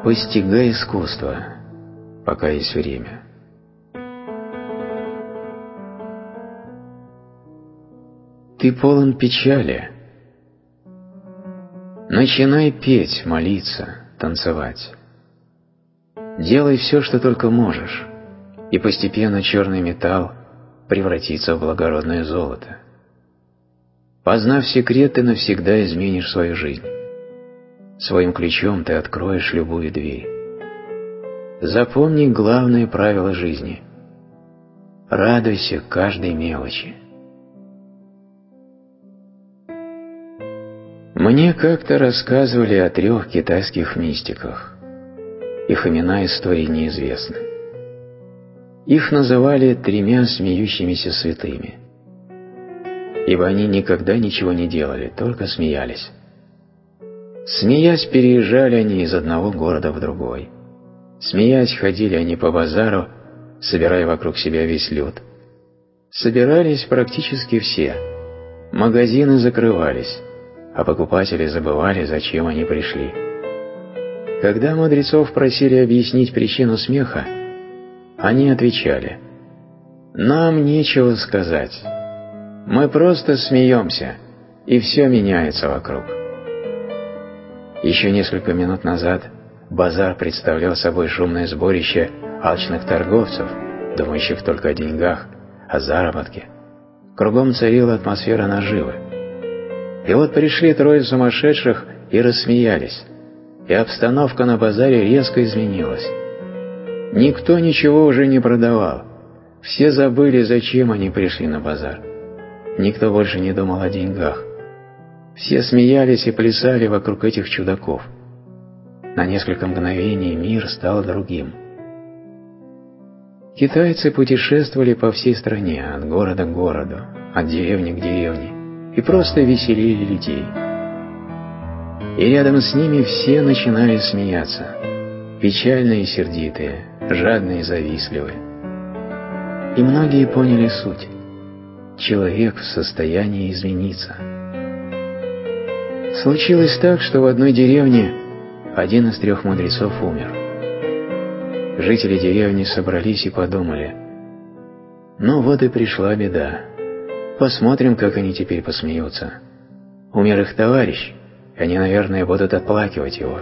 Постигай искусство, пока есть время. Ты полон печали. Начинай петь, молиться, танцевать. Делай все, что только можешь, и постепенно черный металл превратится в благородное золото. Познав секрет, ты навсегда изменишь свою жизнь. Своим ключом ты откроешь любую дверь. Запомни главное правило жизни. Радуйся каждой мелочи. Мне как-то рассказывали о 3 китайских мистиках. Их имена истории неизвестны. Их называли 3 смеющимися святыми, ибо они никогда ничего не делали, только смеялись. Смеясь, переезжали они из одного города в другой. Смеясь, ходили они по базару, собирая вокруг себя весь люд. Собирались практически все. Магазины закрывались, а покупатели забывали, зачем они пришли. Когда мудрецов просили объяснить причину смеха, они отвечали: «Нам нечего сказать. Мы просто смеемся, и все меняется вокруг». Еще несколько минут назад базар представлял собой шумное сборище алчных торговцев, думающих только о деньгах, о заработке. Кругом царила атмосфера наживы. И вот пришли 3 сумасшедших и рассмеялись, и обстановка на базаре резко изменилась. Никто ничего уже не продавал. Все забыли, зачем они пришли на базар. Никто больше не думал о деньгах. Все смеялись и плясали вокруг этих чудаков. На несколько мгновений мир стал другим. Китайцы путешествовали по всей стране, от города к городу, от деревни к деревне, и просто веселили людей. И рядом с ними все начинали смеяться, печальные и сердитые, жадные и завистливые. И многие поняли суть. Человек в состоянии измениться. Случилось так, что в одной деревне один из 3 мудрецов умер. Жители деревни собрались и подумали: «Ну вот и пришла беда. Посмотрим, как они теперь посмеются. Умер их товарищ, и они, наверное, будут оплакивать его».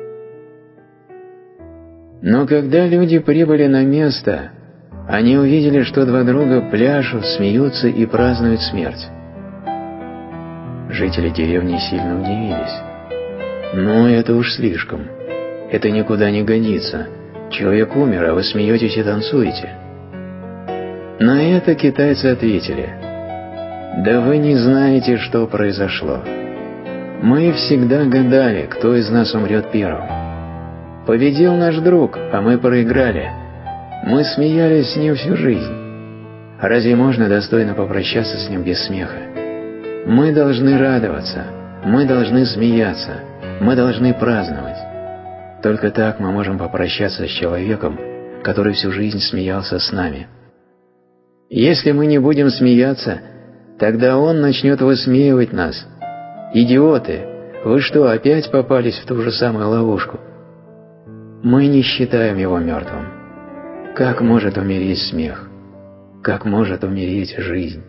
Но когда люди прибыли на место, они увидели, что 2 друга пляшут, смеются и празднуют смерть. Жители деревни сильно удивились. «Ну, это уж слишком. Это никуда не годится. Человек умер, а вы смеетесь и танцуете». На это китайцы ответили: «Да вы не знаете, что произошло. Мы всегда гадали, кто из нас умрет первым. Победил наш друг, а мы проиграли. Мы смеялись с ним всю жизнь. Разве можно достойно попрощаться с ним без смеха? Мы должны радоваться, мы должны смеяться, мы должны праздновать. Только так мы можем попрощаться с человеком, который всю жизнь смеялся с нами. Если мы не будем смеяться, тогда он начнет высмеивать нас. Идиоты, вы что, опять попались в ту же самую ловушку? Мы не считаем его мертвым. Как может умереть смех? Как может умереть жизнь?»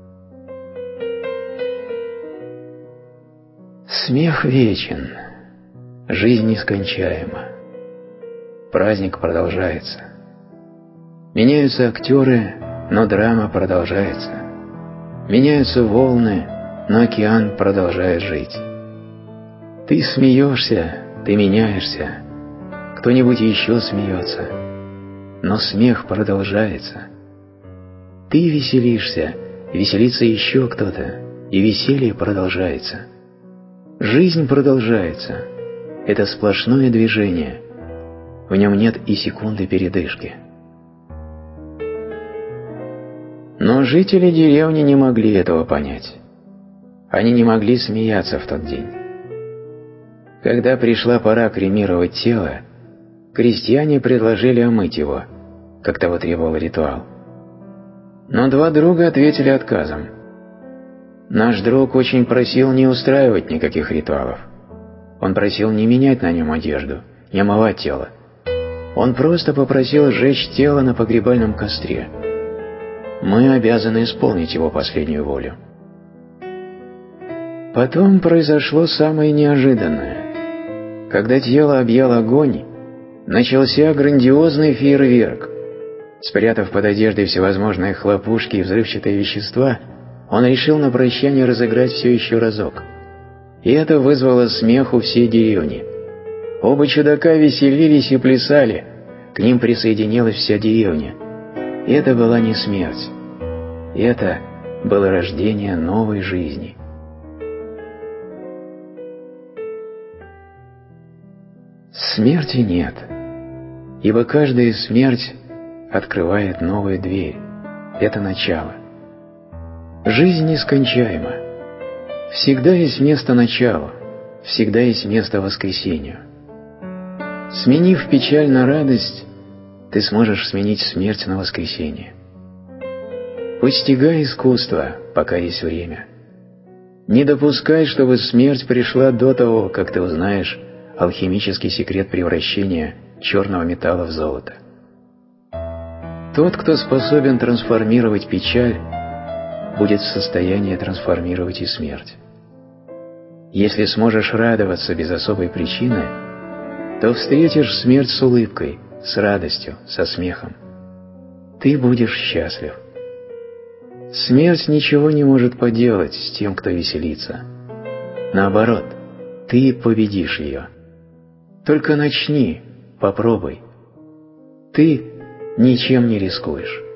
Смех вечен, жизнь нескончаема. Праздник продолжается. Меняются актеры, но драма продолжается. Меняются волны, но океан продолжает жить. Ты смеешься, ты меняешься, кто-нибудь еще смеется, но смех продолжается. Ты веселишься, веселится еще кто-то, и веселье продолжается. Жизнь продолжается. Это сплошное движение. В нем нет и секунды передышки. Но жители деревни не могли этого понять. Они не могли смеяться в тот день. Когда пришла пора кремировать тело, крестьяне предложили омыть его, как того требовал ритуал. Но 2 друга ответили отказом. Наш друг очень просил не устраивать никаких ритуалов. Он просил не менять на нем одежду, не омывать тело. Он просто попросил сжечь тело на погребальном костре. Мы обязаны исполнить его последнюю волю. Потом произошло самое неожиданное. Когда тело объял огонь, начался грандиозный фейерверк. Спрятав под одеждой всевозможные хлопушки и взрывчатые вещества, он решил на прощание разыграть все еще разок. И это вызвало смех у всей деревни. Оба чудака веселились и плясали, к ним присоединилась вся деревня. И это была не смерть. Это было рождение новой жизни. Смерти нет, ибо каждая смерть открывает новую дверь. Это начало. Жизнь нескончаема. Всегда есть место началу, всегда есть место воскресению. Сменив печаль на радость, ты сможешь сменить смерть на воскресение. Постигай искусство, пока есть время. Не допускай, чтобы смерть пришла до того, как ты узнаешь алхимический секрет превращения черного металла в золото. Тот, кто способен трансформировать печаль, будет в состоянии трансформировать и смерть. Если сможешь радоваться без особой причины, то встретишь смерть с улыбкой, с радостью, со смехом. Ты будешь счастлив. Смерть ничего не может поделать с тем, кто веселится. Наоборот, ты победишь ее. Только начни, попробуй. Ты ничем не рискуешь.